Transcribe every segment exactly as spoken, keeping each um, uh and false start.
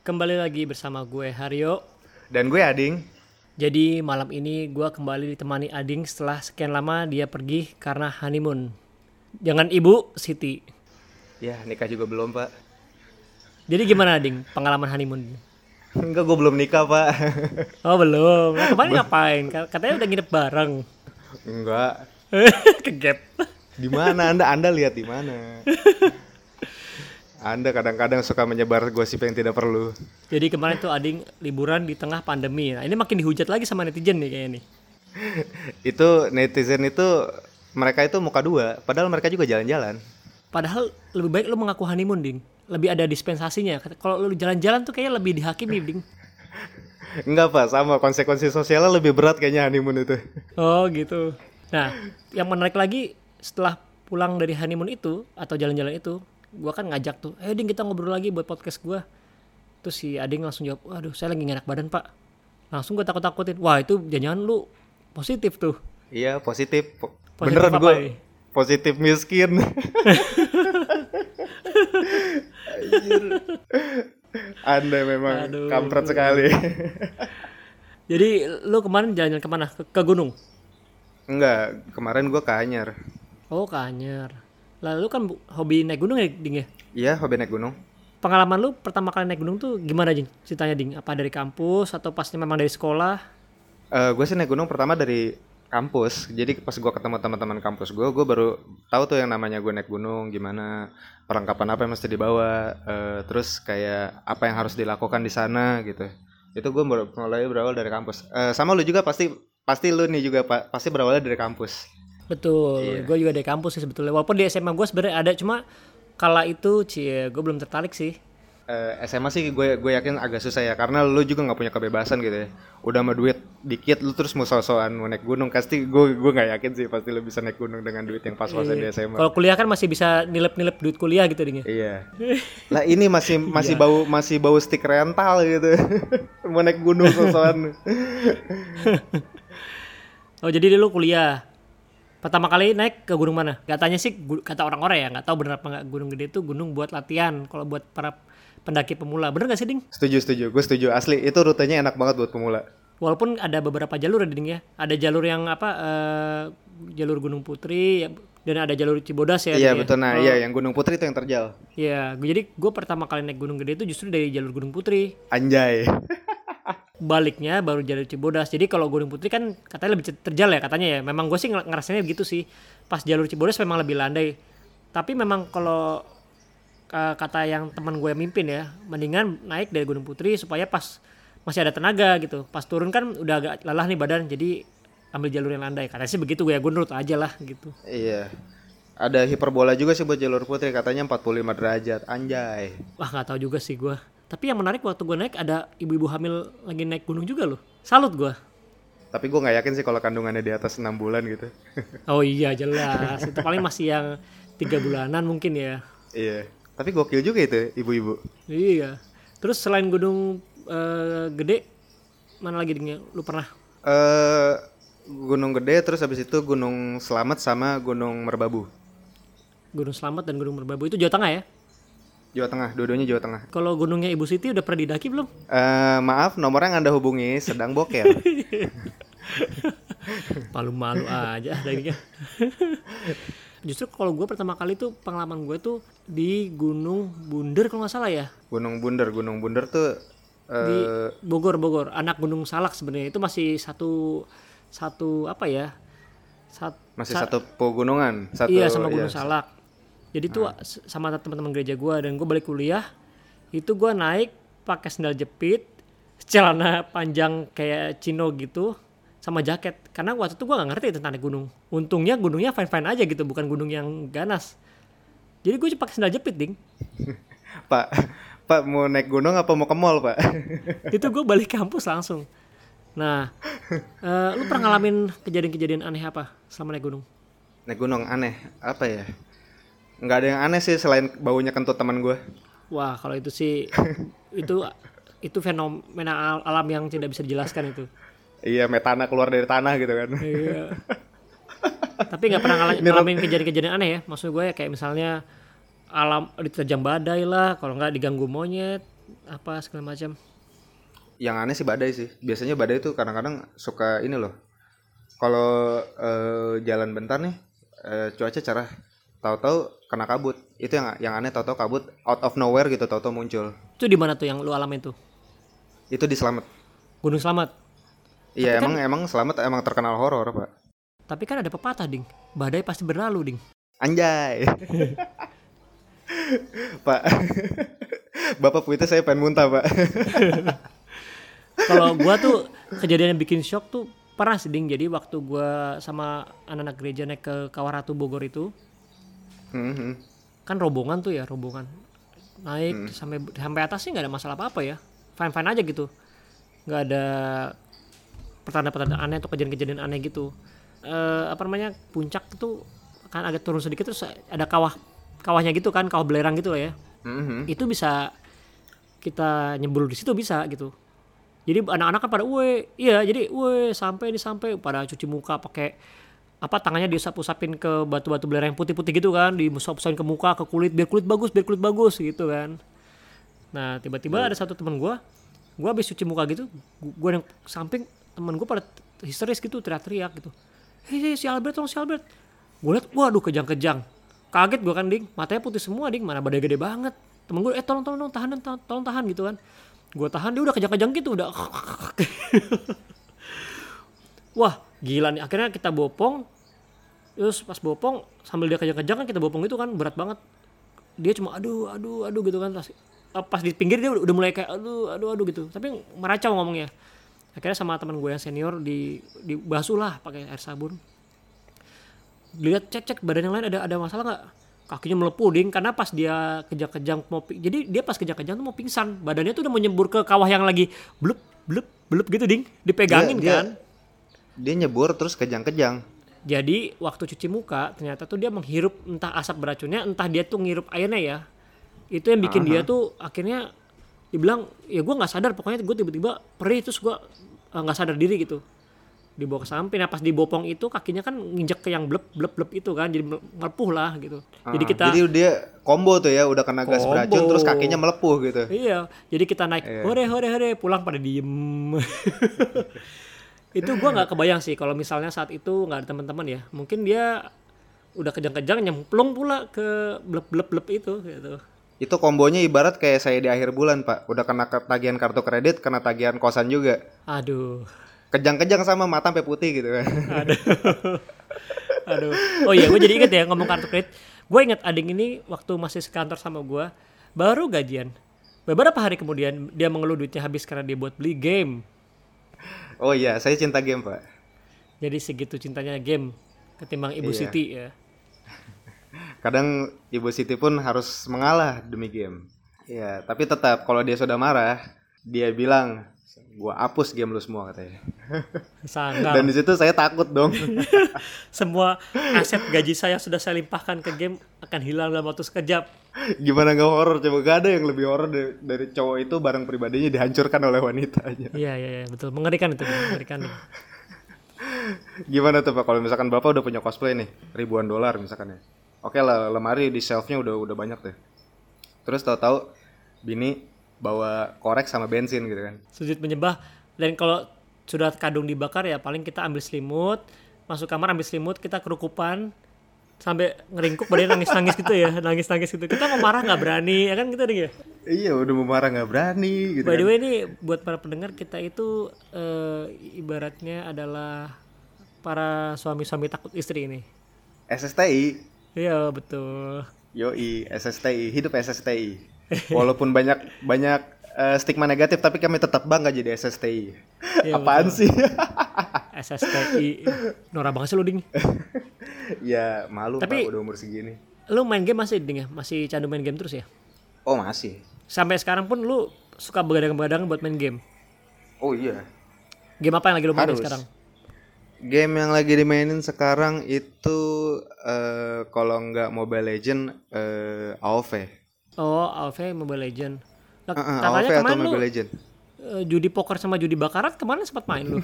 Kembali lagi bersama gue Haryo. Dan gue Ading. Jadi malam ini gue kembali ditemani Ading setelah sekian lama dia pergi karena honeymoon. Jangan ibu, Siti. Ya nikah juga belum pak. Jadi gimana Ading pengalaman honeymoon? Enggak, gue belum nikah pak. Oh belum. Nah, kemarin ngapain? Katanya udah nginep bareng. Enggak. Kegap. Di mana anda? Anda lihat di mana? Anda kadang-kadang suka menyebar gosip yang tidak perlu. Jadi kemarin tuh Ading liburan di tengah pandemi. Nah ini makin dihujat lagi sama netizen nih kayaknya nih. Itu netizen itu mereka itu muka dua. Padahal mereka juga jalan-jalan. Padahal lebih baik lu mengaku honeymoon, Ding. Lebih ada dispensasinya. Kalau lu jalan-jalan tuh kayaknya lebih dihakimi, Ding. Enggak pak, sama konsekuensi sosialnya lebih berat kayaknya honeymoon itu. Oh gitu. Nah, yang menarik lagi setelah pulang dari honeymoon itu atau jalan-jalan itu, gue kan ngajak tuh, ayo Ding kita ngobrol lagi buat podcast gue. Terus si Ading langsung jawab, waduh saya lagi gak enak badan pak. Langsung gue takut-takutin, wah itu jangan-jangan lu positif tuh. Iya positif. Po- Positif Beneran apa gue ini? positif miskin. Anjir. Anda memang Aduh. kampret sekali. Jadi lu kemarin jalan-jalan kemana? Ke, ke gunung? Enggak, kemarin gue ke Anyer. Oh ke Anyer. Lalu kan bu- hobi naik gunung ya Ding ya? Iya, hobi naik gunung. Pengalaman lu pertama kali naik gunung tuh gimana Ding? Ceritanya Ding? Apa dari kampus atau pasnya memang dari sekolah? Uh, gue sih naik gunung pertama dari kampus. Jadi pas gue ketemu teman-teman kampus gue, gue baru tahu tuh yang namanya gue naik gunung, gimana perlengkapan apa yang mesti dibawa, uh, terus kayak apa yang harus dilakukan di sana gitu. Itu gue mulai berawal dari kampus. Uh, sama lu juga pasti, pasti lu nih juga pak, pasti berawalnya dari kampus. Betul, Iya. gue juga dari kampus sih sebetulnya. Walaupun di S M A gue sebenarnya ada, cuma kala itu cie gue belum tertarik sih. Uh, S M A sih gue gue yakin agak susah ya, karena lu juga nggak punya kebebasan gitu ya. Udah sama duit dikit lu terus mau so-soan mau naik gunung, pasti gue gue nggak yakin sih pasti lu bisa naik gunung dengan duit yang pas-pasan di S M A. Kalau kuliah kan masih bisa nilep-nilep duit kuliah gitu Ding. Iya. Lah ini masih masih bau masih bau stick rental gitu. Mau naik gunung so-soan. Oh jadi lu kuliah. Pertama kali naik ke gunung mana? Katanya sih gu- kata orang-orang ya, nggak tahu benar apa nggak, Gunung Gede itu gunung buat latihan. Kalau buat para pendaki pemula, bener nggak sih Ding? Setuju setuju, gue setuju asli. Itu rutenya enak banget buat pemula. Walaupun ada beberapa jalur ya Ding ya. Ada jalur yang apa? eh, jalur Gunung Putri ya, dan ada jalur Cibodas ya. Iya Ding, betul, nah ya? iya yang Gunung Putri itu yang terjal. Iya, gue- jadi gue pertama kali naik Gunung Gede itu justru dari jalur Gunung Putri. Anjay. Baliknya baru jalur Cibodas. Jadi kalau Gunung Putri kan katanya lebih terjal ya katanya ya. Memang gue sih nger- ngerasainnya begitu sih. Pas jalur Cibodas memang lebih landai. Tapi memang kalau uh, kata yang teman gue mimpin ya, mendingan naik dari Gunung Putri supaya pas masih ada tenaga gitu. Pas turun kan udah agak lelah nih badan, jadi ambil jalur yang landai. Katanya sih begitu gue ya, gue nurut aja lah gitu. Iya. Ada hiperbola juga sih buat jalur putri, katanya empat puluh lima derajat. Anjay. Wah nggak tahu juga sih gue. Tapi yang menarik waktu gue naik ada ibu-ibu hamil lagi naik gunung juga loh. Salut gue. Tapi gue nggak yakin sih kalau kandungannya di atas enam bulan gitu. Oh iya jelas, itu paling masih yang tiga bulanan mungkin ya. Iya. Tapi gokil juga itu ibu-ibu. Iya. Terus selain gunung eh, gede, mana lagi Ding? Lu pernah? Eh Gunung Gede, terus habis itu Gunung Selamat sama Gunung Merbabu. Gunung Slamet dan Gunung Merbabu itu Jawa Tengah ya? Jawa Tengah, dua-duanya Jawa Tengah. Kalau gunungnya Ibu Siti udah pernah didaki belum? Eh maaf, nomor yang Anda hubungi sedang boker. Malu-malu aja darinya. Justru kalau gue pertama kali tuh pengalaman gue tuh di Gunung Bunder kalau nggak salah ya. Gunung Bunder, Gunung Bunder tuh eh Di Bogor, Bogor. Anak Gunung Salak sebenarnya itu masih satu satu apa ya? Sat, masih sa- satu pegunungan. Satu, iya sama Gunung iya. Salak. Jadi tuh s- sama teman-teman gereja gue dan gue balik kuliah itu gue naik pakai sandal jepit, celana panjang kayak chino gitu, sama jaket. Karena waktu itu gue nggak ngerti tentang naik gunung. Untungnya gunungnya fine-fine aja gitu, bukan gunung yang ganas. Jadi gue cuma pakai sandal jepit Ding. Pak, Pak mau naik gunung apa mau ke mall, Pak? Itu gue balik kampus langsung. Nah, eh, lu pernah ngalamin kejadian-kejadian aneh apa selama naik gunung? Naik gunung aneh, apa ya? Nggak ada yang aneh sih selain baunya kentut teman gue. Wah, kalau itu sih itu itu fenomena al- alam yang tidak bisa dijelaskan itu. Iya, metana keluar dari tanah gitu kan. Iya. Tapi nggak pernah ngala- Ini Rob- ngalamin kejadian-kejadian aneh ya. Maksud gue ya kayak misalnya alam diterjang badai lah, kalau nggak diganggu monyet. apa segala macam. Yang aneh sih badai sih. Biasanya badai tuh kadang-kadang suka ini loh. Kalau eh, jalan bentar nih, eh, cuaca cerah, tahu-tahu kena kabut. Itu yang yang aneh, tahu-tahu kabut out of nowhere gitu, tahu-tahu muncul. Itu di mana tuh yang lu alamin tuh? Itu di Slamet. Gunung Slamet. Iya, Tapi emang kan, emang Slamet emang terkenal horor, Pak. tapi kan ada pepatah, Ding. Badai pasti berlalu, Ding. Anjay. Pak. Bapak puitnya saya pengen muntah, Pak. Kalau gua tuh kejadian yang bikin shock tuh pernah sih, Ding. Jadi waktu gua sama anak-anak gereja naik ke Kawaratu Bogor itu, Mhm. kan rombongan tuh ya, rombongan. Naik Hmm. sampai sampai atas sih nggak ada masalah apa-apa ya. Fine-fine aja gitu. Nggak ada pertanda-pertanda aneh atau kejadian-kejadian aneh gitu. Eh, apa namanya, puncak itu kan agak turun sedikit terus ada kawah kawahnya gitu kan, kawah belerang gitu lah ya. Mhm. Itu bisa kita nyebur di situ bisa gitu. Jadi anak-anak kan pada weh, iya jadi weh sampai ini sampai pada cuci muka pakai apa, tangannya diusap-usapin ke batu-batu belerang yang putih-putih gitu kan, diusap-usapin ke muka, ke kulit, biar kulit bagus, biar kulit bagus gitu kan. Nah tiba-tiba ada satu teman gue, gue habis cuci muka gitu, gue yang samping teman gue pada histeris gitu, teriak-teriak gitu. Hei si Albert, tolong si Albert. Gue liat, waduh kejang-kejang. Kaget gue kan, Ding, matanya putih semua, Ding, mana badai gede banget. Temen gue, eh tolong tolong tolong tahan, tolong, tolong tahan gitu kan. Gue tahan, dia udah kejang-kejang gitu, udah. Wah gila nih, akhirnya kita bopong. Terus pas bopong sambil dia kejang-kejang kan, kita bopong itu kan berat banget. Dia cuma aduh aduh aduh gitu kan. Pas, pas di pinggir dia udah, udah mulai kayak aduh aduh aduh gitu, tapi meracau ngomongnya. Akhirnya sama teman gue yang senior di dibasuh lah pakai air sabun. Lihat cek cek badan yang lain ada ada masalah nggak? Kakinya melepuh, Ding, karena pas dia kejang-kejang mau pi- jadi dia pas kejang-kejang tuh mau pingsan, badannya tuh udah menyembur ke kawah yang lagi blup blup blup gitu, Ding, dipegangin Dia- dia- kan. Dia nyebur terus kejang-kejang. Jadi waktu cuci muka ternyata tuh dia menghirup entah asap beracunnya, entah dia tuh ngirup airnya ya. Itu yang bikin dia Aha. tuh akhirnya dibilang ya gue nggak sadar, pokoknya gue tiba-tiba perih terus gue nggak sadar diri gitu. Dibawa ke samping, nah pas dibopong itu kakinya kan nginjek ke yang blep blep blep itu kan, jadi melepuh lah gitu. Jadi Ah, kita jadi dia combo tuh ya, udah kena gas Combo. beracun terus kakinya melepuh gitu. iya, jadi kita naik Iya. hore hore hore, pulang pada diem. Itu gue nggak kebayang sih kalau misalnya saat itu nggak ada teman-teman ya, mungkin dia udah kejang-kejang nyemplung pula ke blep blep blep itu gitu. Itu kombonya ibarat kayak saya di akhir bulan, Pak. Udah kena ke- tagihan kartu kredit, kena tagihan kosan juga. Aduh, Kejang-kejang sama mata sampai putih gitu kan. aduh, aduh. Oh iya, gue jadi inget ya ngomong kartu kredit. Gue inget ading ini waktu masih sekantor sama gue, baru gajian. Beberapa hari kemudian dia mengeluh duitnya habis karena dia buat beli game. Oh iya, saya cinta game, Pak. Jadi segitu cintanya game ketimbang Ibu Iya. Siti ya. Kadang Ibu Siti pun harus mengalah demi game. Iya, tapi tetap kalau dia sudah marah, dia bilang, "Gua hapus game lu semua," katanya. Sangat. Dan di situ saya takut dong. Semua aset gaji saya sudah saya limpahkan ke game akan hilang dalam waktu sekejap. Gimana gak horor? Coba gak ada yang lebih horor dari, dari cowok itu barang pribadinya dihancurkan oleh wanitanya. Iya iya iya, betul, mengerikan itu, mengerikan nih. Gimana tuh Pak kalau misalkan Bapak udah punya cosplay nih, ribuan dolar misalkan ya. Oke lah, lemari di shelf-nya udah udah banyak deh. Terus tahu-tahu bini bawa korek sama bensin gitu kan. Sujud menyembah, dan kalau sudah kadung dibakar ya paling kita ambil selimut, masuk kamar ambil selimut, kita kerukupan sampai ngeringkuk, badannya nangis-nangis gitu ya, nangis-nangis gitu. Kita mau marah nggak berani, ya kan kita nih ya. Iya, udah mau marah nggak berani gitu By the kan. way ini buat para pendengar, kita itu eh, ibaratnya adalah para suami-suami takut istri ini. S S T I. Iya betul. Yoi, S S T I, hidup S S T I. Walaupun banyak banyak eh, stigma negatif, tapi kami tetap bangga jadi S S T I. Iya, Apaan betul. sih? S S T I. Norak banget sih lu, Ding. Ya malu Tapi- Pak udah umur segini. Lu main game masih, Ding ya? Masih candu main game terus ya? Oh masih. Sampai sekarang pun lu suka begadang-begadang buat main game. Oh iya. Game apa yang lagi lu mainin Harus. sekarang? Game yang lagi dimainin sekarang itu eh, kalau nggak Mobile Legend, eh, A O V. Oh, A O V Mobile Legend. Nah, Uh-uh, katanya A O V atau kemarin lu Mobile Legend. eh, judi poker sama judi bakarat kemarin sempat main lu.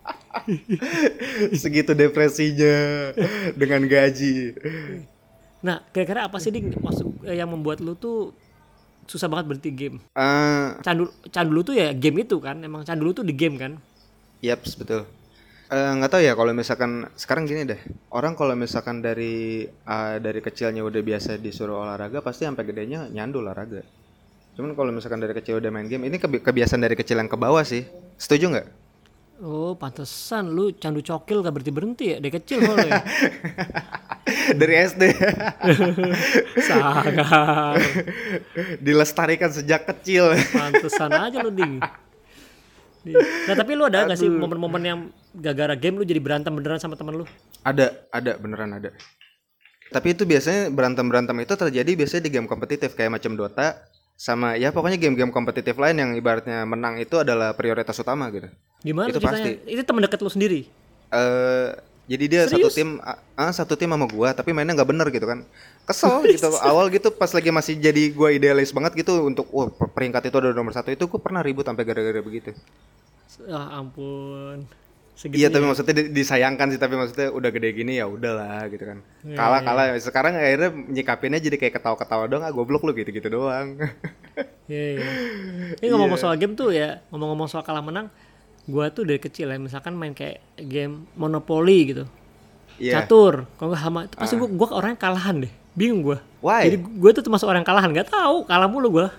Segitu depresinya dengan gaji. Nah, kira-kira apa sih, Ding, maksud eh, yang membuat lu tuh susah banget berhenti game. Eh, Candu candu lu tuh ya game itu kan, emang candu lu tuh di game kan. yaps, betul. Eh, nggak tahu ya kalau misalkan sekarang gini deh. Orang kalau misalkan dari ah, dari kecilnya udah biasa disuruh olahraga pasti sampai gedenya nyandu olahraga. Cuman kalau misalkan dari kecil udah main game, ini kebi- kebiasaan dari kecil yang ke bawah sih. Setuju nggak? Oh, pantesan lu candu cokil gak berhenti berhenti ya dari kecil soalnya. Dari S D. Sangar. Dilestarikan sejak kecil. Pantesan aja lu ding. Nah tapi lu ada gak sih momen-momen yang gara-gara game lu jadi berantem beneran sama temen lu? Ada, ada beneran ada. Tapi itu biasanya berantem-berantem itu terjadi biasanya di game kompetitif kayak macam Dota sama ya pokoknya game-game kompetitif lain yang ibaratnya menang itu adalah prioritas utama gitu. Gimana Itu ceritanya? pasti. Itu temen deket lu sendiri? Eh jadi dia Serius? satu tim ah ah, satu tim sama gua tapi mainnya nggak bener gitu kan. Kesel gitu awal gitu pas lagi masih jadi gua idealis banget gitu untuk wah peringkat itu udah nomor satu itu gua pernah ribut sampai gara-gara begitu. Ah ampun. Iya Segitunya. tapi maksudnya di- disayangkan sih tapi maksudnya udah gede gini ya udahlah gitu kan. Iya, Kalah iya. kalah sekarang akhirnya nyikapinnya jadi kayak ketawa-ketawa doang ah goblok lu gitu-gitu doang. Iya, iya. Ini ngomong-ngomong soal game tuh ya, ngomong-ngomong soal kalah menang, gua tuh dari kecil ya, misalkan main kayak game Monopoly gitu, Iya. catur, kalau nggak sama, itu pasti gua, gua orangnya kalahan deh, bingung gua. Why? Jadi gua tuh termasuk orang kalahan, nggak tahu, kalah mulu gua.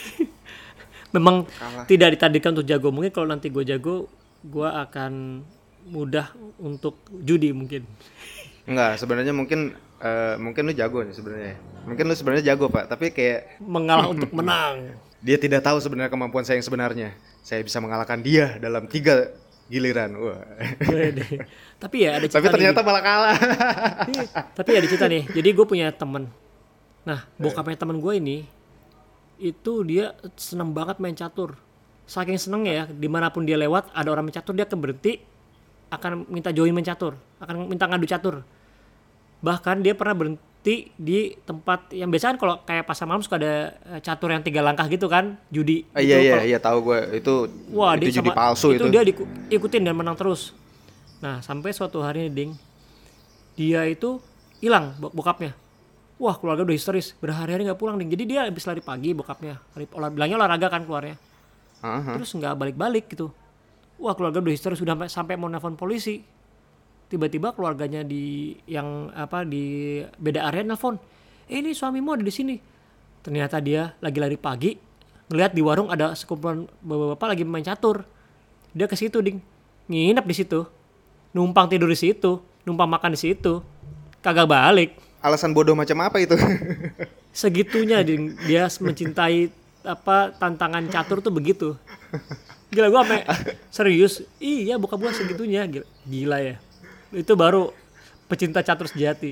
Memang Kalah. tidak ditadikan untuk jago, mungkin kalau nanti gua jago, gua akan mudah untuk judi mungkin. Enggak, sebenarnya mungkin eh, mungkin lu jago nih sebenarnya. Mungkin lu sebenarnya jago, Pak, tapi kayak Mengalah untuk menang. dia tidak tahu sebenarnya kemampuan saya yang sebenarnya. Saya bisa mengalahkan dia dalam tiga giliran. Wah. Wede. Tapi ya ada cerita Tapi ternyata nih. malah kalah. Iya, tapi ada cerita nih. Jadi gue punya temen. Nah, bokapnya temen gue ini itu dia seneng banget main catur. Saking senengnya ya, dimanapun dia lewat ada orang main catur dia akan berhenti, akan minta join main catur, akan minta ngadu catur. Bahkan dia pernah berhenti di tempat yang biasa kan kalau kayak pasar malam suka ada eh, catur yang tiga langkah gitu kan, judi. Ah, gitu. iya iya Kalau- iya tahu gue itu Wah, itu dia judi sama- palsu itu. itu dia diku- ikutin dan menang terus. Nah, sampai suatu hari nih, Ding, dia itu hilang bok- bokapnya. Wah, keluarga udah histeris, berhari-hari nggak pulang, Ding. Jadi dia habis lari pagi bokapnya, lari, olah, bilangnya olahraga kan keluarnya, Aha. terus nggak balik-balik gitu. Wah, keluarga udah histeris, sudah sampai, sampai mau nelfon polisi. Tiba-tiba keluarganya di yang apa di beda area nelfon, eh ini suamimu ada di sini. Ternyata dia lagi lari pagi, ngeliat di warung ada sekumpulan bapak-bapak lagi main catur. Dia ke situ, Ding, nginep di situ, numpang tidur di situ, numpang makan di situ, kagak balik. Alasan bodoh macam apa itu? Segitunya Ding, dia mencintai apa tantangan catur tuh begitu. Gila, gua sampai serius, iya bokap gua segitunya. Gila, gila ya. Itu baru pecinta catur sejati.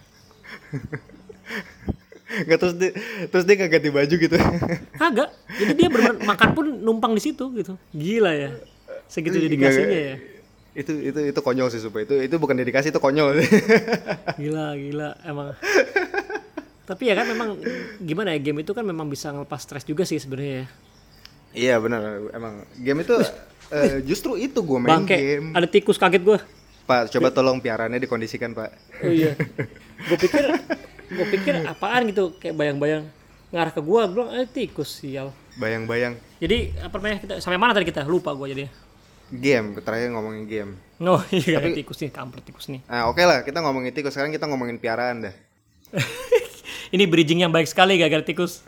Nggak terus dia terus dia nggak ganti baju gitu. Kagak. Jadi dia bener makan pun numpang di situ gitu. Gila ya. Segitu dedikasinya ya. Itu itu itu konyol sih supaya itu itu bukan dedikasi itu konyol. Gila, gila emang. Tapi ya kan memang gimana ya, game itu kan memang bisa ngelepas stres juga sih sebenarnya ya. Iya benar emang game itu eh, justru itu gue main Bangke, game. ada tikus, kaget gua. Pak coba tolong piarannya dikondisikan Pak. Oh iya. Gue pikir gue pikir apaan gitu, kayak bayang-bayang ngarah ke gua, gua bilang eh tikus sial. Bayang-bayang Jadi apa namanya, kita sampai mana tadi kita? Lupa gua jadi. game terakhir ngomongin game. Oh iya, Tapi- tikus nih, kampret tikus nih. Nah oke lah kita ngomongin tikus sekarang kita ngomongin piaraan dah. Ini bridging yang baik sekali gara-gara tikus.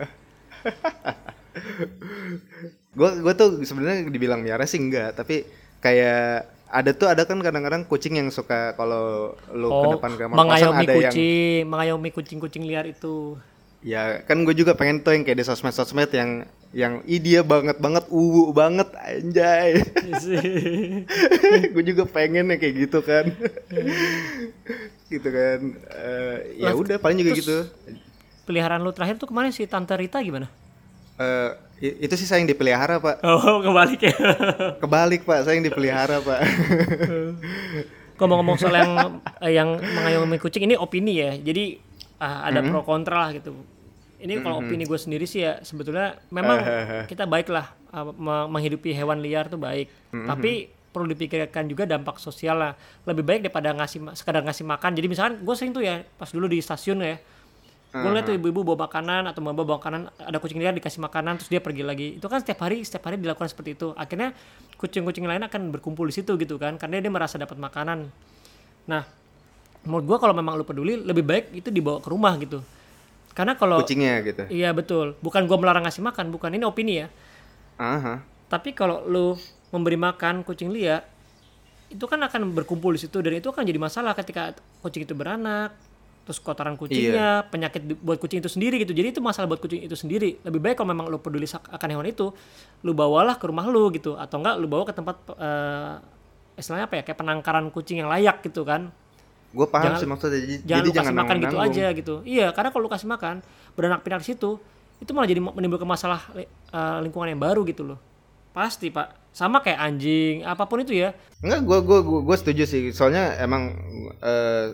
Gue gue tuh sebenarnya dibilang miara sih enggak tapi kayak ada tuh ada kan kadang-kadang kucing yang suka kalau lu ke Oh, depan kamar kosan mengayomi ada yang kucing, mengayomi kucing-kucing liar itu. ya kan gue juga pengen tuh yang kayak di sosmed-sosmed yang yang ih dia banget banget uwu banget anjay. Gue juga pengen ya kayak gitu kan. Gitu kan. Eh, ya Lah, udah paling juga terus- gitu. Peliharaan lu terakhir tuh kemarin si Tante Rita gimana? Eh, i- itu sih saya yang dipelihara pak. Oh, kebalik ya. Kebalik pak, saya yang dipelihara pak. Ngomong-ngomong soal yang eh, yang mengayomi kucing, ini opini ya. Jadi ah, ada Mm-hmm. pro kontra lah gitu. Ini kalau opini gue sendiri sih ya sebetulnya memang kita baiklah uh, me- menghidupi hewan liar tuh baik. Mm-hmm. Tapi perlu dipikirkan juga dampak sosial lah. Lebih baik daripada ngasih ma- sekadar ngasih makan. Jadi misalkan gue sering tuh ya pas dulu di stasiun ya, Gue liat tuh ibu-ibu bawa makanan atau mbak bawa makanan, ada kucing liar dikasih makanan terus dia pergi lagi. Itu kan setiap hari setiap hari dilakukan seperti itu. Akhirnya kucing-kucing lain akan berkumpul di situ gitu kan, karena dia merasa dapat makanan. Nah, menurut gue kalau memang lu peduli, lebih baik itu dibawa ke rumah gitu. Karena kalau kucingnya gitu. Iya betul. Bukan gue melarang ngasih makan, bukan, ini opini ya. Aha. Tapi kalau lu memberi makan kucing liar, itu kan akan berkumpul di situ dan itu akan jadi masalah ketika kucing itu beranak. Terus kotoran kucingnya, iya. penyakit buat kucing itu sendiri gitu. Jadi itu masalah buat kucing itu sendiri. Lebih baik kalau memang lu peduli akan hewan itu, lu bawalah ke rumah lu gitu, atau enggak lu bawa ke tempat uh, istilahnya apa ya, kayak penangkaran kucing yang layak gitu kan. Gue paham jangan, sih maksudnya. Jadi jangan lu jangan kasih makan gitu nanggung. aja gitu. Iya, karena kalau lu kasih makan beranak pinak di situ, itu malah jadi menimbulkan masalah uh, lingkungan yang baru gitu loh. Pasti Pak. Sama kayak anjing, apapun itu ya. Enggak, gue gue gue setuju sih. Soalnya emang uh,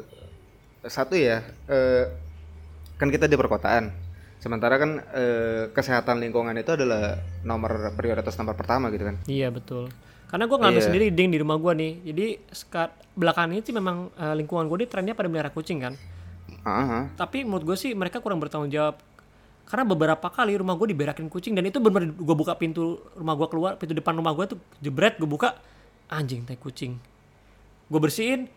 satu ya, eh, kan kita di perkotaan, sementara kan eh, kesehatan lingkungan itu adalah nomor prioritas nomor pertama gitu kan. Iya betul, karena gue ngambil iya. sendiri ding di rumah gue nih, jadi sekat belakangan ini sih memang uh, lingkungan gue ini trennya pada melihara kucing kan. Uh-huh. Tapi menurut gue sih mereka kurang bertanggung jawab, karena beberapa kali rumah gue diberakin kucing dan itu benar-benar gue buka pintu rumah gue keluar, pintu depan rumah gue tuh jebret, gue buka, anjing tai kucing, gue bersihin,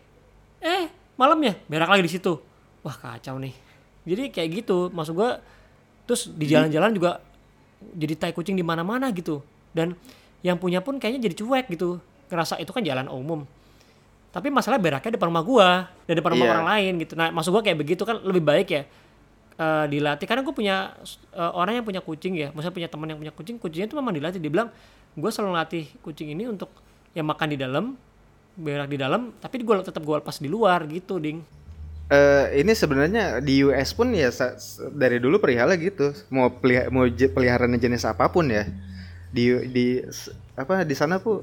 eh malamnya berak lagi di situ. Wah kacau nih. Jadi kayak gitu maksud gue. Terus di jalan-jalan juga jadi tai kucing di mana-mana gitu. Dan yang punya pun kayaknya jadi cuek gitu. Ngerasa itu kan jalan umum. Tapi masalah beraknya depan rumah gue dan depan rumah yeah. orang lain gitu. Nah maksud gue kayak begitu kan lebih baik ya uh, dilatih. Karena gue punya uh, orang yang punya kucing ya. Maksudnya punya teman yang punya kucing. Kucingnya itu memang dilatih. Dia bilang gue selalu latih kucing ini untuk yang makan di dalam, berak di dalam, tapi gue tetap gue lepas di luar gitu, ding. Uh, ini sebenarnya di U S pun ya dari dulu perihalnya gitu. Mau pelihara, mau peliharaan jenis apapun ya. Di di apa di sana pun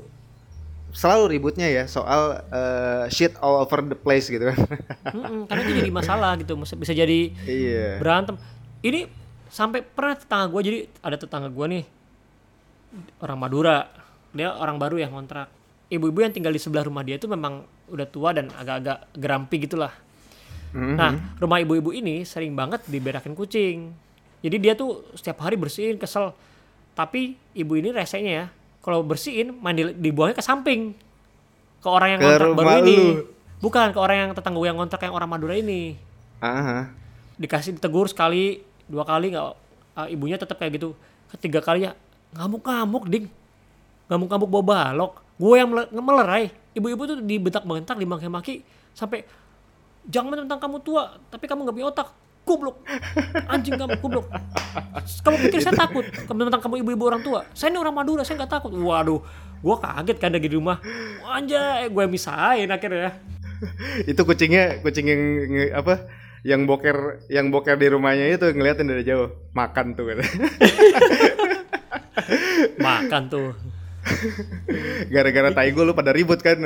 selalu ributnya ya soal uh, shit all over the place gitu kan. Karena itu jadi masalah gitu, bisa jadi iya. berantem. Ini sampai pernah tetangga gue, jadi ada tetangga gue nih orang Madura, dia orang baru yang ngontrak. Ibu-ibu yang tinggal di sebelah rumah dia itu memang udah tua dan agak-agak gerampi gitulah. Mm-hmm. Nah, rumah ibu-ibu ini sering banget diberakin kucing. Jadi dia tuh setiap hari bersihin, kesel. Tapi ibu ini resenya ya, kalau bersihin mandi dibuangnya ke samping. Ke orang yang ke ngontrak baru ini. Lu. Bukan, ke orang yang tetangga yang ngontrak yang orang Madura ini. Uh-huh. Dikasih ditegur sekali, dua kali enggak, uh, ibunya tetap kayak gitu. Ketiga kalinya ngamuk-ngamuk, ding. Ngamuk-ngamuk bawa balok. Gue yang melerai, ibu-ibu tuh dibentak-bentak, dimaki-maki sampai jangan mentang kamu tua, tapi kamu nggak punya otak, goblok, anjing kamu goblok. Kamu pikir saya takut? Mentang kamu ibu-ibu orang tua, saya ini orang Madura, saya nggak takut. Waduh, gue kaget kan dari rumah, anjay, gue misahin akhirnya. Itu kucingnya, kucing yang apa? Yang boker, yang boker di rumahnya itu ngeliatin dari jauh, makan tuh. Makan tuh. Gara-gara tai gue lu pada ribut kan.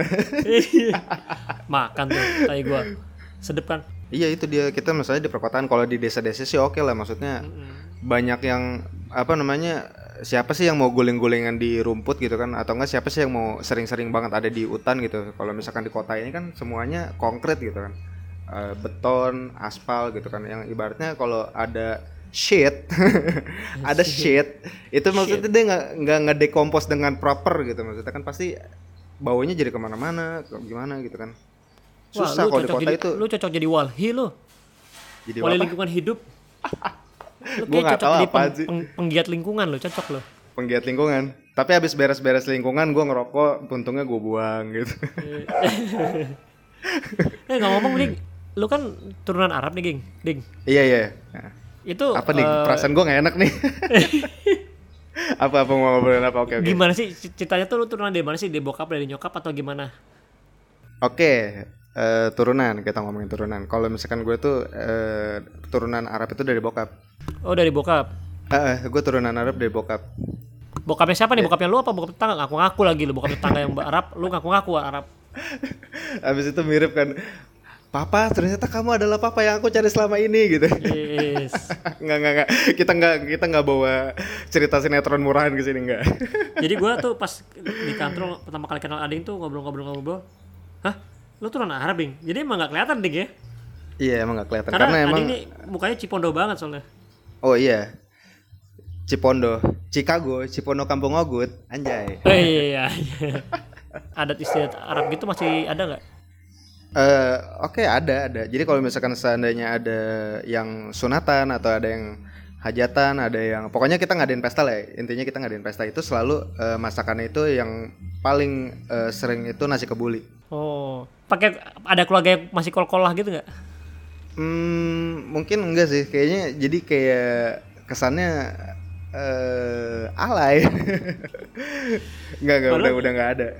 Makan tuh tai gue. Sedep kan. Iya itu dia, kita misalnya di perkotaan, kalau di desa-desa sih oke okay lah, maksudnya mm-hmm. banyak yang apa namanya, siapa sih yang mau guling-gulingan di rumput gitu kan, atau enggak siapa sih yang mau sering-sering banget ada di hutan gitu. Kalau misalkan di kota ini kan semuanya konkret gitu kan, uh, beton, aspal gitu kan, yang ibaratnya kalau ada shit ada shit itu maksudnya shit. Dia nggak nggak ngedekompos dengan proper gitu, maksudnya kan pasti baunya jadi kemana-mana gimana gitu kan. Susah kalau di kota jadi, itu. Lu cocok jadi walhi lu. Jadi walhi apa? Lingkungan hidup. Lu kayak cocok jadi peng, peng, penggiat lingkungan lu, cocok lu. Penggiat lingkungan. Tapi habis beres-beres lingkungan gue ngerokok, puntungnya gue buang gitu. Eh nggak ngomong Ding, lu kan turunan Arab nih Ging, Ding. Iya iya. Nah. Itu apa nih? Uh, perasaan gue nggak enak nih. Apa-apa mau ngobrolin apa? Oke oke. Gimana sih ceritanya tuh, lu turunan dari mana sih? Dari bokap, dari nyokap atau gimana? Oke, uh, turunan, kita ngomongin turunan. Kalau misalkan gue tuh uh, turunan Arab itu dari bokap. Oh dari bokap? Uh, uh, gue turunan Arab dari bokap. Bokapnya siapa nih? Yeah. Bokapnya lu apa bokap tetangga? Ngaku-ngaku lagi lu, bokap tetangga yang Arab, lu ngaku-ngaku Arab. Abis itu mirip kan, Papa, ternyata kamu adalah papa yang aku cari selama ini gitu. Yes. Nggak nggak nggak, kita nggak kita nggak bawa cerita sinetron murahan ke sini nggak. Jadi gue tuh pas di kantor pertama kali kenal Ading tuh ngobrol-ngobrol-ngobrol. Hah? Lu tuh orang Arab, Ding? Jadi emang gak kelihatan, Ding ya? Iya emang nggak kelihatan Karena karena Adi emang ini mukanya cipondo banget soalnya. oh iya Cipondo, Chicago, Cipondo Kampung Ogut, anjay. Oh iya, iya. Adat istiadat Arab gitu masih ada nggak? Eh oke ada ada. Jadi kalau misalkan seandainya ada yang sunatan atau ada yang hajatan, ada yang pokoknya kita ngadain pesta lah. Ya. Intinya kita ngadain pesta itu selalu eh, masakannya itu yang paling eh, sering itu nasi kebuli. Oh, pakai ada keluarga yang masih kol-kolah gitu nggak? Hmm, mungkin enggak sih. Kayaknya jadi kayak kesannya eh alay. Enggak enggak udah Padahal- udah enggak ada.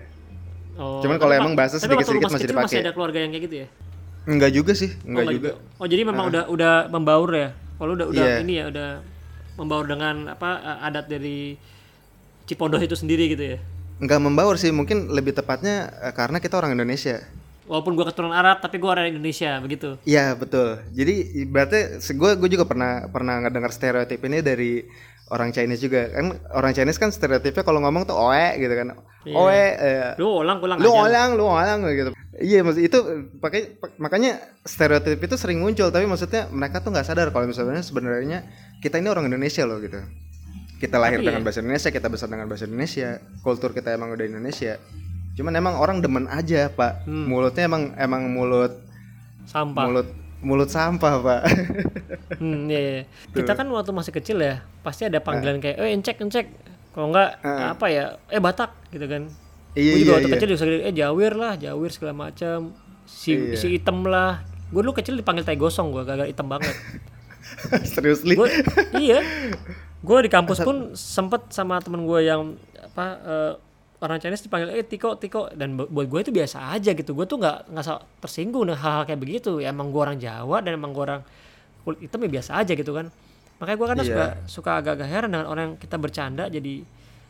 Oh, Cuman tapi kalau pak- emang bahasa tapi sedikit-sedikit waktu lu masih kecil dipakai. Masih ada keluarga yang kayak gitu ya? Enggak juga sih, Oh, enggak nggak juga. Oh, jadi memang udah udah membaur ya. Kalau udah udah Iya. ini ya udah membaur dengan apa eh, adat dari Cipondoh itu sendiri gitu ya. Enggak membaur sih, mungkin lebih tepatnya eh, karena kita orang Indonesia. Walaupun gua keturunan Arab tapi gua orang Indonesia begitu. Iya betul. Jadi berarti gue gue juga pernah pernah ngedengar stereotip ini dari orang Chinese juga kan. Orang Chinese kan stereotipnya kalau ngomong tuh oe gitu kan. Iya. Oe eh, Lu ulang-ulang lu aja. orang lu orang gitu. Iya maksud itu pakai makanya stereotip itu sering muncul tapi maksudnya mereka tuh nggak sadar kalau misalnya sebenarnya kita ini orang Indonesia loh gitu. Kita lahir Tapi dengan ya. bahasa Indonesia, kita besar dengan bahasa Indonesia, kultur kita emang udah Indonesia. Cuman emang orang demen aja pak, Hmm. mulutnya emang emang mulut Sampah. mulut mulut sampah pak. Hmm, iya, iya. Kita kan waktu masih kecil ya, pasti ada panggilan kayak, "Eh, encek, encek." Kalau enggak Ah. apa ya? "Eh, Batak." gitu kan. Iya Gue juga iya waktu iya. kecil juga eh Jawir lah, Jawir segala macam. Si Iya. si item lah. Gue dulu kecil dipanggil tai gosong gue, gak item banget. Seriously. Gue iya. Gue di kampus pun sempet sama temen gue yang apa eh, orang Chinese dipanggil eh Tiko Tiko dan bu- buat gue itu biasa aja gitu. Gue tuh nggak nggak sa- tersinggung dengan hal-hal kayak begitu. Ya, emang gue orang Jawa dan emang gue orang kulit hitam ya biasa aja gitu kan. Makanya gue kadang Iya. suka suka agak-agak heran dengan orang yang kita bercanda jadi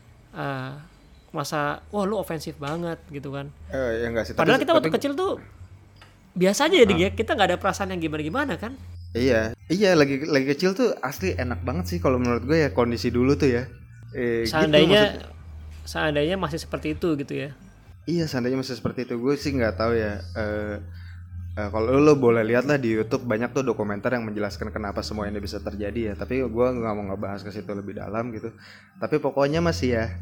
eh, masa wah lu ofensif banget gitu kan. Eh, ya enggak sih. Padahal tapi- kita waktu tapi- kecil tuh biasa aja jadi ya kita nggak ada perasaan yang gimana-gimana kan. Iya, iya lagi lagi kecil tuh asli enak banget sih kalau menurut gue ya kondisi dulu tuh ya. Eh, gitu Seandainya maksud- seandainya masih seperti itu gitu ya. iya seandainya masih seperti itu gue sih nggak tahu ya. Eh, eh, kalau lo boleh lihat lah di YouTube banyak tuh dokumenter yang menjelaskan kenapa semua ini bisa terjadi ya. Tapi gue nggak mau ngebahas ke situ lebih dalam gitu. Tapi pokoknya masih ya.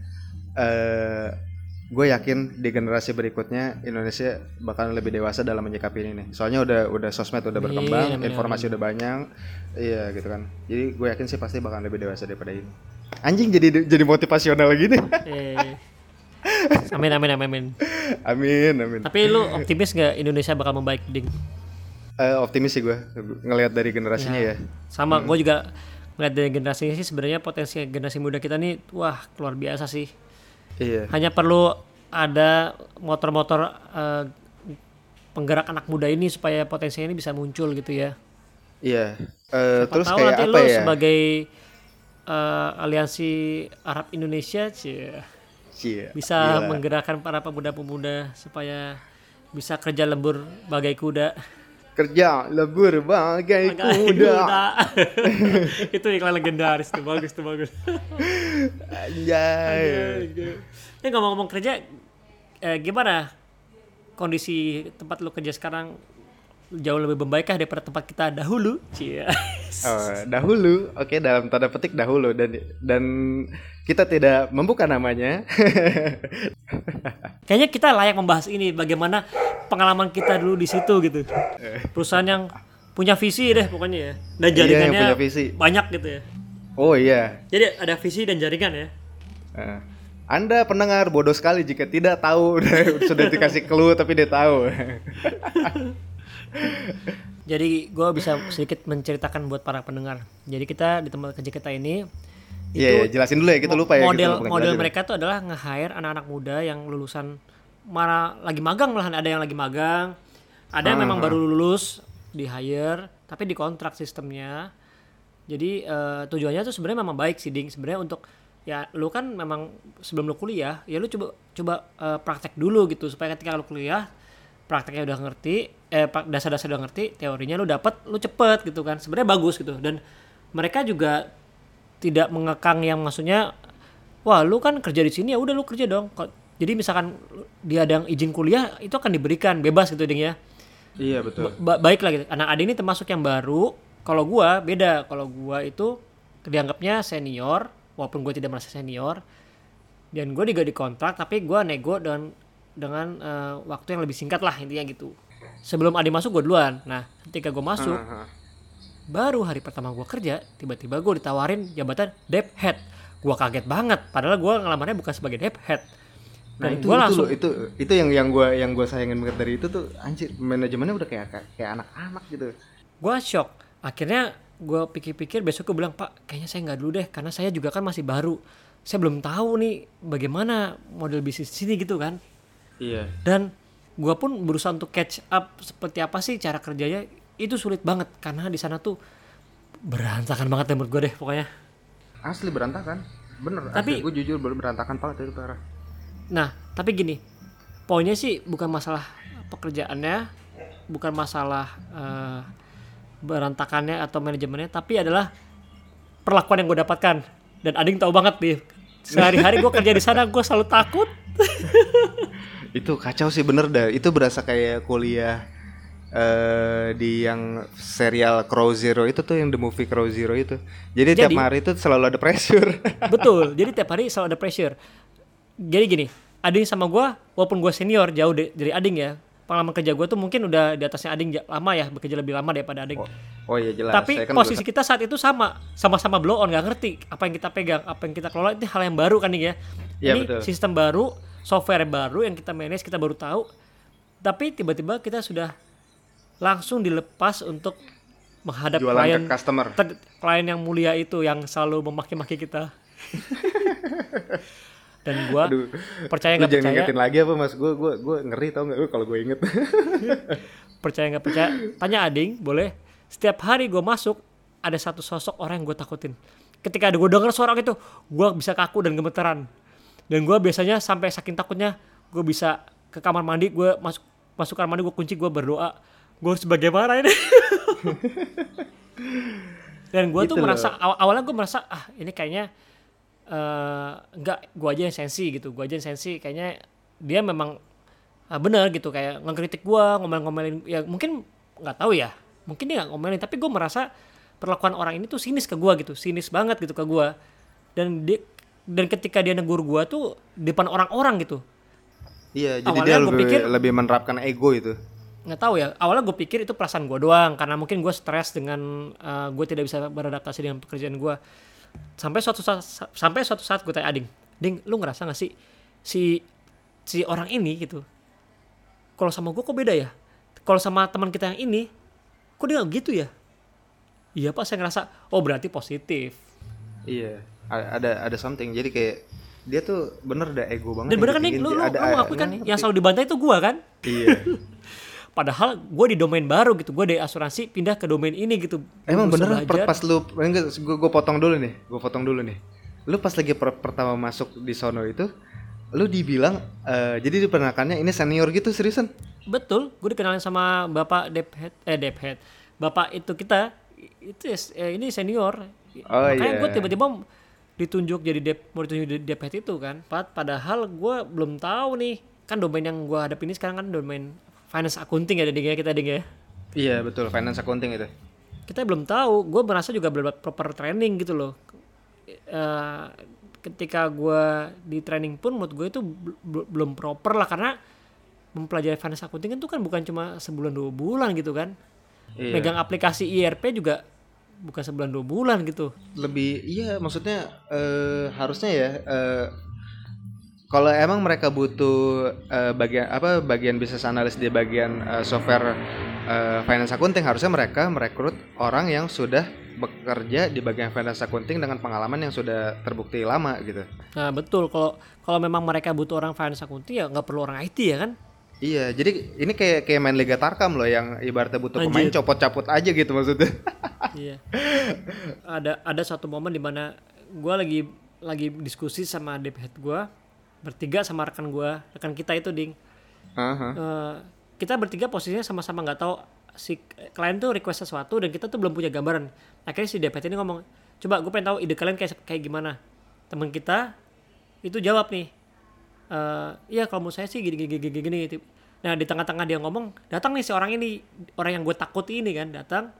Eh, gue yakin di generasi berikutnya Indonesia bakalan lebih dewasa dalam menyikapi ini nih. Soalnya udah udah sosmed udah berkembang, Amin, amin, informasi udah banyak, iya gitu kan. Jadi gue yakin sih pasti bakalan lebih dewasa daripada ini. Anjing jadi jadi motivasional gini. Eh, amin amin amin amin. Amin amin. Tapi lu optimis nggak Indonesia bakal membaik, Ding? Eh, optimis sih gue ngelihat dari generasinya ya. Sama gue juga ngeliat dari generasi ini sih sebenarnya potensi generasi muda kita nih wah luar biasa sih. Iya. Hanya perlu ada motor-motor eh, penggerak anak muda ini supaya potensinya ini bisa muncul gitu ya. Iya. Eh, Siapa terus tahu kayak nanti apa lu ya? sebagai eh, aliansi Arab Indonesia cie, Cie, bisa gila. menggerakkan para pemuda-pemuda supaya bisa kerja lembur bagai kuda. Kerja lebur bagai Bagai kuda. Itu iklan legendaris tuh, bagus tuh bagus. Anjay. Ini ngomong-ngomong kerja, eh, gimana kondisi tempat lu kerja sekarang? Jauh lebih membaik kah daripada tempat kita dahulu? Cie. Oh, dahulu, oke dalam tanda petik dahulu dan dan kita tidak membuka namanya. Kayaknya kita layak membahas ini bagaimana pengalaman kita dulu di situ gitu. Perusahaan yang punya visi deh pokoknya ya. Dan Iya, yang jaringannya punya visi. banyak gitu ya. Oh iya. Jadi ada visi dan jaringan ya. Eh, Anda pendengar bodoh sekali jika tidak tahu sudah dikasih clue tapi dia tahu. Jadi gue bisa sedikit menceritakan buat para pendengar. Jadi kita di tempat kerja kita ini Iya, iya, jelasin dulu ya kita lupa ya. model kita lupa model jelasin. mereka tuh adalah nge-hire anak-anak muda yang lulusan mana lagi magang, malahan ada yang lagi magang, ada yang memang baru lulus di hire tapi dikontrak sistemnya. Jadi eh, tujuannya tuh sebenarnya memang baik sih, Ding, sebenarnya untuk ya lu kan memang sebelum lu kuliah ya lu coba coba eh, praktek dulu gitu supaya ketika lu kuliah prakteknya udah ngerti, eh pra- dasar-dasar udah ngerti, teorinya lu dapat, lu cepet gitu kan. Sebenarnya bagus gitu. Dan mereka juga tidak mengekang yang maksudnya wah lu kan kerja di sini ya udah lu kerja dong. Kok- Jadi misalkan dia ada yang izin kuliah itu akan diberikan bebas gitu, Ding ya. Iya betul. Ba- baik lah gitu. Anak Ading ini termasuk yang baru. Kalau gua beda. Kalau gua itu dianggapnya senior, walaupun gua tidak merasa senior. Dan gua juga dikontrak, tapi gua nego dengan dengan uh, waktu yang lebih singkat lah intinya gitu. Sebelum Ading masuk gua duluan. Nah, ketika gua masuk, Uh-huh. baru hari pertama gua kerja, tiba-tiba gua ditawarin jabatan dev head. Gua kaget banget, padahal gua ngelamarnya bukan sebagai dev head. Nah Dan itu gua itu langsung loh, itu itu yang yang gue yang gue sayangin banget dari itu tuh, anjir manajemennya udah kayak kayak, kayak anak-anak gitu. gue shock. Akhirnya gue pikir-pikir, besok gue bilang, Pak kayaknya saya nggak dulu deh, karena saya juga kan masih baru, saya belum tahu nih bagaimana model bisnis di sini gitu kan. Iya. Dan gue pun berusaha untuk catch up seperti apa sih cara kerjanya. Itu sulit banget karena di sana tuh berantakan banget ya menurut gue deh pokoknya. Asli berantakan, bener. Tapi- Tapi gue jujur berantakan banget itu parah. Nah tapi gini, poinnya sih bukan masalah pekerjaannya, bukan masalah uh, berantakannya atau manajemennya, tapi adalah perlakuan yang gue dapatkan. Dan Ading tahu banget nih, sehari-hari gue kerja di sana gue selalu takut. Itu kacau sih bener dah. Itu berasa kayak kuliah eh di yang serial Crow Zero itu tuh, yang the movie Crow Zero itu. Jadi, Jadi- tiap hari itu selalu ada pressure. Betul, jadi tiap hari selalu ada pressure. Jadi gini, Ading sama gue, walaupun gue senior jauh de- dari Ading ya, pengalaman kerja gue tuh mungkin udah di atasnya Ading ja- lama ya, bekerja lebih lama daripada Ading. Oh, oh iya jelas. Tapi Saya kan posisi udah- kita saat itu sama, sama-sama blow on, nggak ngerti apa yang kita pegang, apa yang kita kelola, itu hal yang baru kan nih ya. Iya, Ini betul. sistem baru, software baru yang kita manage, kita baru tahu. Tapi tiba-tiba kita sudah langsung dilepas untuk menghadap jualan klien, ke customer. ter- klien yang mulia itu yang selalu memaki-maki kita. Dan gua Aduh, percaya lu nggak jangan percaya, ingetin lagi apa mas, gue gue gue ngeri tau nggak lu kalau gue inget. percaya nggak percaya, tanya Ading boleh. Setiap hari gue masuk ada satu sosok orang yang gue takutin. Ketika ada gue denger suara itu, gue bisa kaku dan gemeteran. Dan gue biasanya sampai saking takutnya, gue bisa ke kamar mandi, gue masuk masuk kamar mandi, gue kunci, gue berdoa, gue harus bagaimana ini. Dan gue tuh Gitu merasa loh. aw- awalnya gue merasa ah ini kayaknya eh, enggak, gue aja yang sensi gitu, gue aja yang sensi, kayaknya dia memang ah, bener gitu, kayak ngekritik gue, ngomel-ngomelin, ya mungkin nggak tahu ya, mungkin dia nggak ngomelin, tapi gue merasa perlakuan orang ini tuh sinis ke gue gitu, sinis banget gitu ke gue. Dan dia, dan ketika dia negur gue tuh di depan orang-orang gitu, Iya, jadi Awalnya dia gua lebih pikir- lebih menerapkan ego itu. nggak tahu ya, awalnya gue pikir itu perasaan gue doang karena mungkin gue stres dengan uh, gue tidak bisa beradaptasi dengan pekerjaan gue. Sampai suatu saat, sampai suatu saat gue tanya Ading, Ding, lu ngerasa nggak sih si si orang ini gitu, kalau sama gue kok beda ya, kalau sama teman kita yang ini kok dia nggak gitu ya? Iya pak, saya ngerasa oh berarti positif. Iya, a- ada ada something. Jadi kayak dia tuh bener dah ego banget. Dan yang bener kan Ding, ditinggiin. lu, lu, Ada- lu mengakui kan ngerti. yang selalu dibantai itu gue kan? Iya. Padahal gue di domain baru gitu, gue dari asuransi pindah ke domain ini gitu. Gua Emang berusaha bener per- belajar. pas lu enggak, gue gue potong dulu nih, gue potong dulu nih. Lu pas lagi per- pertama masuk di sono itu, lu dibilang eh, jadi diperkenalkannya ini senior gitu, seriusan? Betul, gue dikenalin sama bapak Dephead, eh Dephead, bapak itu kita, itu ya- eh, ini senior. Oh, Makanya iya. gue tiba-tiba ditunjuk jadi dep, mau ditunjuk jadi Dephead itu kan. Pad- Padahal gue belum tahu nih, kan domain yang gue hadapi ini sekarang kan domain finance accounting ya, Ding ya, kita Ding ya. Iya betul, finance accounting itu. Kita belum tahu, gue merasa juga belum dapat proper training gitu loh. Eh, ketika gue di training pun menurut gue itu bel- bel- belum proper lah, karena mempelajari finance accounting itu kan bukan cuma sebulan dua bulan gitu kan. Iya. Megang aplikasi I R P juga bukan sebulan dua bulan gitu. Lebih iya, maksudnya eh, harusnya ya eh, kalau emang mereka butuh eh, bagian apa bagian business analyst di bagian eh, software eh, finance accounting, harusnya mereka merekrut orang yang sudah bekerja di bagian finance accounting dengan pengalaman yang sudah terbukti lama gitu. Nah betul, kalau kalau memang mereka butuh orang finance accounting ya nggak perlu orang I T ya kan. Iya, jadi ini kayak kayak main Liga Tarkam loh, yang ibaratnya butuh pemain Anjir. copot-capot aja gitu maksudnya. Iya. Ada ada satu momen di mana gue lagi lagi diskusi sama dev head gue bertiga sama rekan gue, rekan kita itu Ding. Aha. Eh, kita bertiga posisinya sama-sama nggak tahu si klien tuh request sesuatu dan kita tuh belum punya gambaran. Akhirnya si dev head ini ngomong, coba gue pengen tahu ide kalian kayak kayak gimana. Temen kita itu jawab nih, eh iya kalau menurut saya sih gini gini gini gini. Nah di tengah-tengah dia ngomong, datang nih si orang ini, orang yang gue takuti ini kan datang.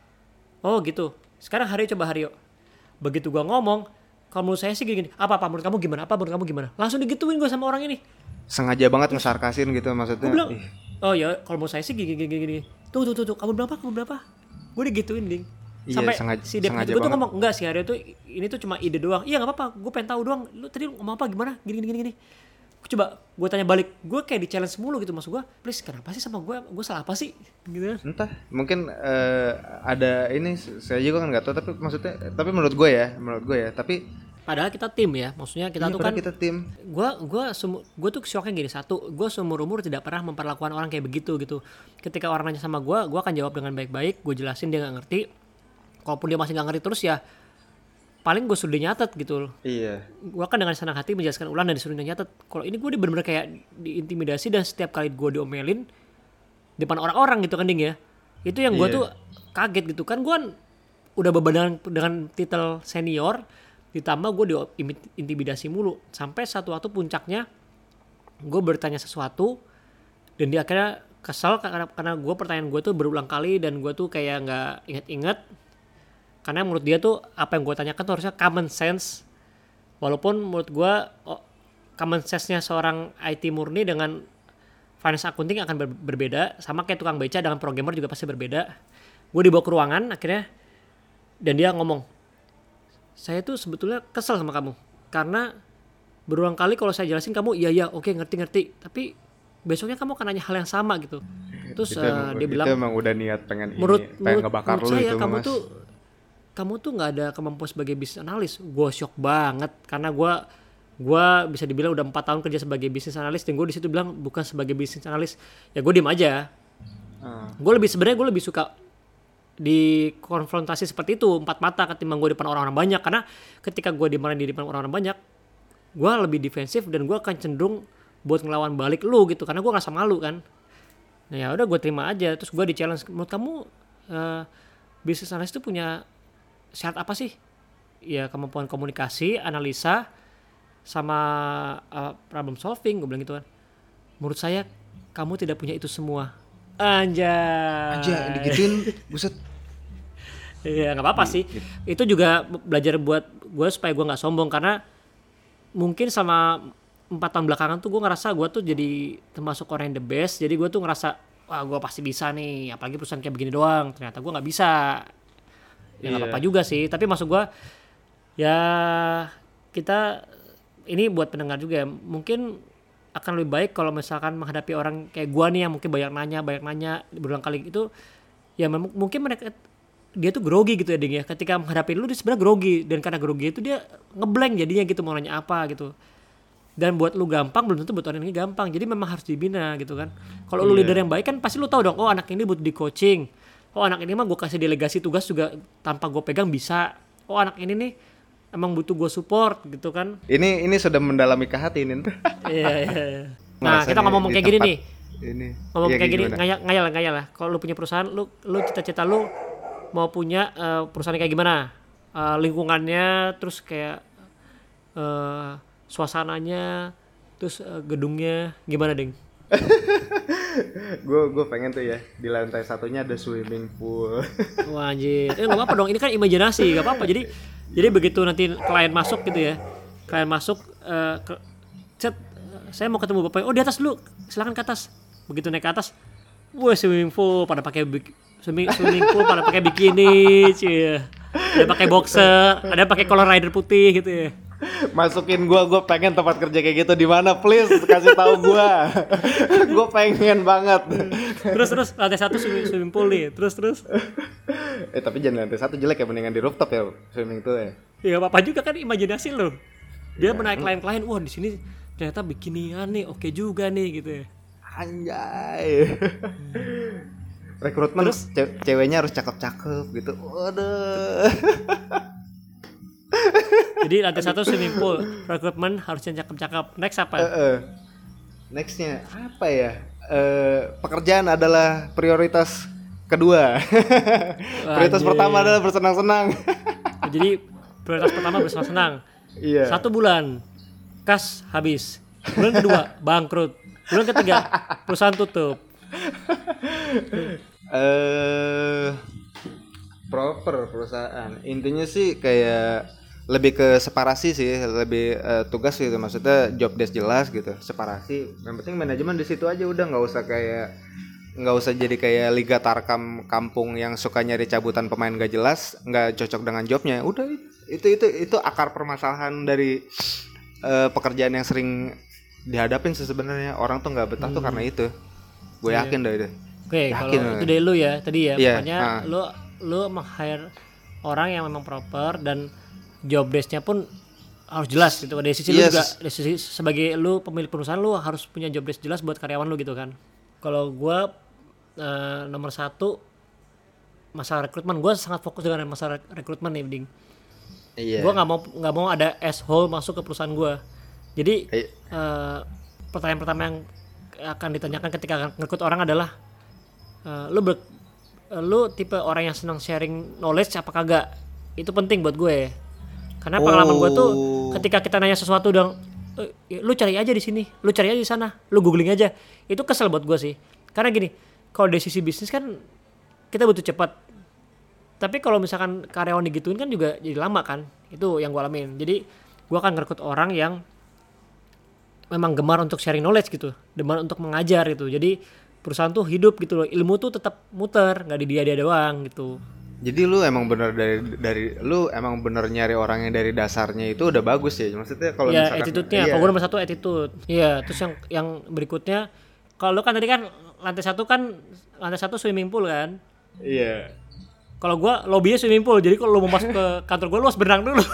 Oh gitu. Sekarang Haryo coba Haryo. Begitu gue ngomong, kalau menurut saya sih gini, apa apa menurut kamu gimana? Apa menurut kamu gimana? Langsung digituin gue sama orang ini. Sengaja banget ngesarkasin gitu maksudnya. Gue bilang, ih. oh ya kalau menurut saya sih gini gini gini. Tuh tuh tuh, tuh. Kamu berapa? Kamu berapa? Gue digituin ding. Iya, Sampai sengaja, si Dep sengaja gue tuh banget. ngomong enggak sih Haryo tuh ini tuh cuma ide doang. Iya nggak apa-apa. Gue pengen tahu doang. Lu tadi ngomong apa gimana? Gini gini gini gini. Coba gue tanya balik, gue kayak di challenge mulu gitu maksud gue, please kenapa sih sama gue, gue salah apa sih gitu. Entah, mungkin uh, ada ini saya juga kan nggak tahu, tapi maksudnya, tapi menurut gue ya, menurut gue ya, tapi padahal kita tim ya, maksudnya kita iya, tuh kan kita tim. gue gue gue tuh shocknya gini, satu, gue seumur umur tidak pernah memperlakukan orang kayak begitu gitu. Ketika orang nanya sama gue, gue akan jawab dengan baik-baik, gue jelasin dia nggak ngerti. Kalaupun dia masih nggak ngerti terus ya paling gue suruh dia nyatet gitu loh. Iya. Gue kan dengan senang hati menjelaskan ulang dan disuruh dia nyatet. Kalau ini gue bener-bener kayak diintimidasi dan setiap kali gue diomelin depan orang-orang gitu kan Ding ya. Itu yang gue Iya. tuh kaget gitu kan, gue kan udah beban dengan, dengan titel senior, ditambah gue diintimidasi mulu. Sampai satu waktu puncaknya gue bertanya sesuatu dan dia akhirnya kesel karena, karena gue pertanyaan gue tuh berulang kali dan gue tuh kayak nggak inget-inget. Karena menurut dia tuh apa yang gue tanyakan tuh harusnya common sense. Walaupun menurut gue oh, common sense-nya seorang I T murni dengan finance accounting akan ber- berbeda. Sama kayak tukang beca dengan programmer juga pasti berbeda. Gue dibawa ke ruangan akhirnya dan dia ngomong, saya tuh sebetulnya kesel sama kamu. Karena berulang kali kalau saya jelasin kamu iya iya oke ngerti-ngerti. Tapi besoknya kamu akan nanya hal yang sama gitu. Terus Itu uh, emang- dia itu bilang emang udah niat pengen menurut, ini, pengen menurut, ngebakar menurut lu saya itu kamu mas. tuh kamu tuh nggak ada kemampuan sebagai bisnis analis. Gue shock banget karena gue gue bisa dibilang udah empat tahun kerja sebagai bisnis analis dan gue di situ bilang bukan sebagai bisnis analis. Ya gue diem aja. Hmm. Gue lebih sebenarnya gue lebih suka di konfrontasi seperti itu empat mata ketimbang gue di depan orang-orang banyak, karena ketika gue dimarahin di depan orang-orang banyak gue lebih defensif dan gue akan cenderung buat ngelawan balik lu gitu karena gue ngerasa malu kan. Nah ya udah gue terima aja. Terus gue di challenge, menurut kamu uh, bisnis analis itu punya syarat apa sih? Ya kemampuan komunikasi, analisa, sama uh, problem solving, gue bilang gitu kan. Menurut saya kamu tidak punya itu semua. Anjay. Aja digituin, buset. Iya nggak apa-apa sih. Itu juga belajar buat gue supaya gue nggak sombong, karena mungkin sama empat tahun belakangan tuh gue ngerasa gue tuh jadi termasuk orang yang the best. Jadi gue tuh ngerasa wah gue pasti bisa nih, apalagi perusahaan kayak begini doang. Ternyata gue nggak bisa. Ya nggak Iya. apa-apa juga sih. Tapi maksud gue ya kita ini buat pendengar juga ya, mungkin akan lebih baik kalau misalkan menghadapi orang kayak gue nih yang mungkin banyak nanya, banyak nanya berulang kali itu, ya mem- mungkin mereka dia tuh grogi gitu ya Ding ya. Ketika menghadapi lu dia sebenarnya grogi, dan karena grogi itu dia ngeblank jadinya gitu mau nanya apa gitu. Dan buat lu gampang belum tentu buat orang ini gampang. Jadi memang harus dibina gitu kan. Kalau lu Iya. leader yang baik kan pasti lu tahu dong, oh anak ini butuh di coaching. Oh anak ini mah gue kasih delegasi tugas juga tanpa gue pegang bisa. Oh anak ini nih emang butuh gue support gitu kan. Ini ini sudah mendalami ke hati ini. Iya iya iya. Nah, kita ngomong kayak gini nih. Ini. Ngomong Iya, kayak gini gimana? ngayal ngayal ngayal lah. Kalau lu punya perusahaan, lu lu cita-cita lu mau punya uh, perusahaan kayak gimana? Uh, lingkungannya, terus kayak uh, suasananya, terus uh, gedungnya gimana, Ding? Gue gue pengen tuh ya di lantai satunya ada swimming pool. Wah anjir. Eh enggak apa-apa dong. Ini kan imajinasi, enggak apa-apa. Jadi jadi begitu nanti klien masuk gitu ya. Klien masuk uh, ke chat, saya mau ketemu Bapak. Oh, di atas dulu. Silakan ke atas. Begitu naik ke atas, wah swimming pool pada pakai bik- swimming swimming pool pada pakai bikini, cie. Ada pakai boxer, ada pakai color rider putih gitu ya. Masukin gue, gue pengen tempat kerja kayak gitu di mana, please kasih tahu gue. Gue pengen banget. Terus terus lantai satu swimming, swimming pool nih. Terus terus. Eh tapi jangan lantai satu, jelek ya, mendingan di rooftop ya swimming tuh ya. Ya apa juga kan imajinasi lo. Dia menaik klien-klien, wah di sini ternyata bikinian nih, oke juga nih gitu ya. Anjay. Rekrutmen Terus? ce- ceweknya harus cakep-cakep gitu. Waduh. Jadi lantai satu swimming pool, rekrutmen harusnya cakep-cakep. Next apa? Uh, uh. Nextnya apa ya? Uh, pekerjaan adalah prioritas kedua. Prioritas Anjir. pertama adalah bersenang-senang. Jadi prioritas pertama bersenang-senang. Iya. Satu bulan kas habis. Bulan kedua bangkrut. Bulan ketiga perusahaan tutup. Eh proper perusahaan. Intinya sih kayak lebih ke separasi sih, lebih uh, tugas gitu, maksudnya job desk jelas gitu, separasi. Yang penting manajemen di situ aja udah, nggak usah kayak nggak usah jadi kayak Liga Tarkam kampung yang suka nyari cabutan pemain gak jelas, nggak cocok dengan jobnya. Udah itu itu itu akar permasalahan dari uh, pekerjaan yang sering dihadapin sih sebenarnya. Orang tuh nggak betah hmm. tuh karena itu. Gue yeah. yakin dah itu. Oke, okay, kalau itu dari lu ya tadi ya, yeah, pokoknya uh. lu lu meng-hire orang yang memang proper dan job desk-nya pun harus jelas gitu. Dari sisi yes. lu juga, dari sisi sebagai lu pemilik perusahaan, lu harus punya job desk jelas buat karyawan lu gitu kan. Kalau gua uh, nomor satu masalah rekrutmen, gua sangat fokus dengan masalah rekrutmen nih, Ding. Iya. Gua nggak mau nggak mau ada asshole masuk ke perusahaan gua. Jadi hey. uh, pertanyaan pertama yang akan ditanyakan ketika ngerekrut orang adalah uh, lu ber, uh, lu tipe orang yang senang sharing knowledge apa kagak? Itu penting buat gue. Karena pengalaman oh. gue tuh ketika kita nanya sesuatu udah e, lu cari aja di sini, lu cari aja di sana, lu googling aja. Itu kesel buat gue sih. Karena gini, kalau dari sisi bisnis kan kita butuh cepat. Tapi kalau misalkan karyawan digituin kan juga jadi lama kan. Itu yang gue alamin. Jadi gue akan ngerekrut orang yang memang gemar untuk sharing knowledge gitu, gemar untuk mengajar gitu. Jadi perusahaan tuh hidup gitu loh. Ilmu tuh tetap muter, nggak di dia dia doang gitu. Jadi lu emang bener dari dari lu emang bener nyari orang yang dari dasarnya itu udah bagus ya. Maksudnya kalau ya, misalkan attitude-nya, iya. kalau gue nomor satu attitude. Iya, terus yang yang berikutnya kalau lu kan tadi kan lantai satu kan lantai satu swimming pool kan? Iya. Kalau gue lobbynya swimming pool. Jadi kalau lu mau masuk ke kantor gue lu harus berenang dulu.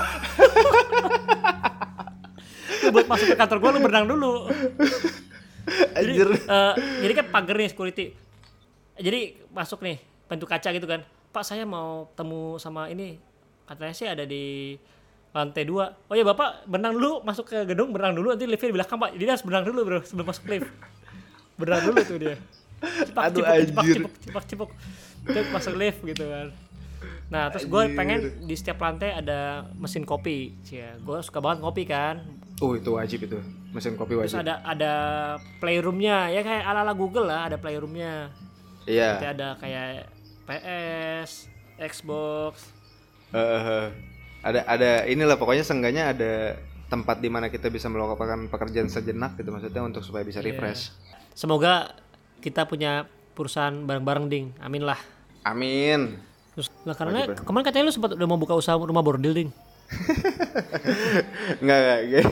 Lu buat masuk ke kantor gue lu berenang dulu. Jadi, uh, jadi kan pagar nih security. Jadi masuk nih pintu kaca gitu kan. Pak saya mau temu sama ini, katanya sih ada di lantai dua. Oh ya bapak berenang dulu, masuk ke gedung berenang dulu, nanti liftnya di belakang pak. Jadi dia harus berenang dulu bro sebelum masuk lift. Berenang dulu tuh dia. Cipak Aduh, cipok, cipak cipok cipak cipok. Terus masuk lift gitu kan. Nah terus gue pengen di setiap lantai ada mesin kopi. Ya, gue suka banget kopi kan. Oh itu wajib itu, mesin kopi wajib. Terus ada ada playroomnya, ya kayak ala-ala Google lah, ada playroomnya. Iya. Nanti ada kayak P S, Xbox. Uh, ada ada inilah pokoknya seenggaknya ada tempat di mana kita bisa melakukan pekerjaan sejenak gitu, maksudnya untuk supaya bisa refresh. Yeah. Semoga kita punya perusahaan bareng-bareng Ding. Amin lah. Amin. Terus lah karena wajib, kemarin katanya lu sempat udah mau buka usaha rumah bordil Ding. Enggak enggak.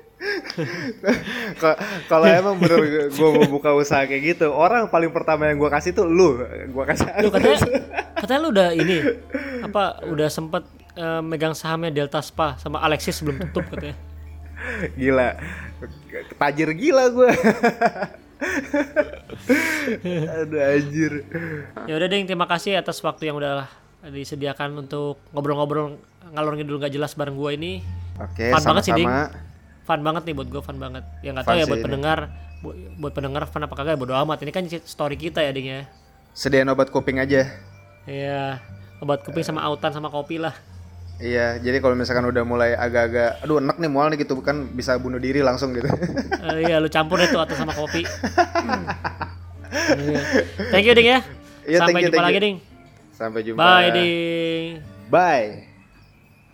Kalau emang bener gue mau buka usaha kayak gitu, orang paling pertama yang gue kasih tuh lu, gue kasih. Lu katanya, katanya lu udah ini apa udah sempet uh, megang sahamnya Delta Spa sama Alexis sebelum tutup katanya. Gila, tajir gila gue. Aduh anjir. Ya udah Ding, terima kasih atas waktu yang udah disediakan untuk ngobrol-ngobrol ngalor ngidul nggak jelas bareng gue ini. Oke, fun sama-sama. banget sih Ding. Fun banget nih buat gue, fun banget. Ya nggak tahu ya buat ini. pendengar, buat, buat pendengar fun apa kagak bodo amat. Ini kan story kita ya Ding ya. Sediain obat kuping aja. Iya, obat kuping sama autan sama kopi lah. Iya, jadi kalau misalkan udah mulai agak-agak, aduh enak nih mual nih gitu, kan bisa bunuh diri langsung gitu. uh, iya, lu campur deh tuh autan sama kopi. Iya. Thank you Ding ya. Iya, Sampai thank you, jumpa thank lagi you. Ding. Sampai jumpa. Bye Ding. Bye.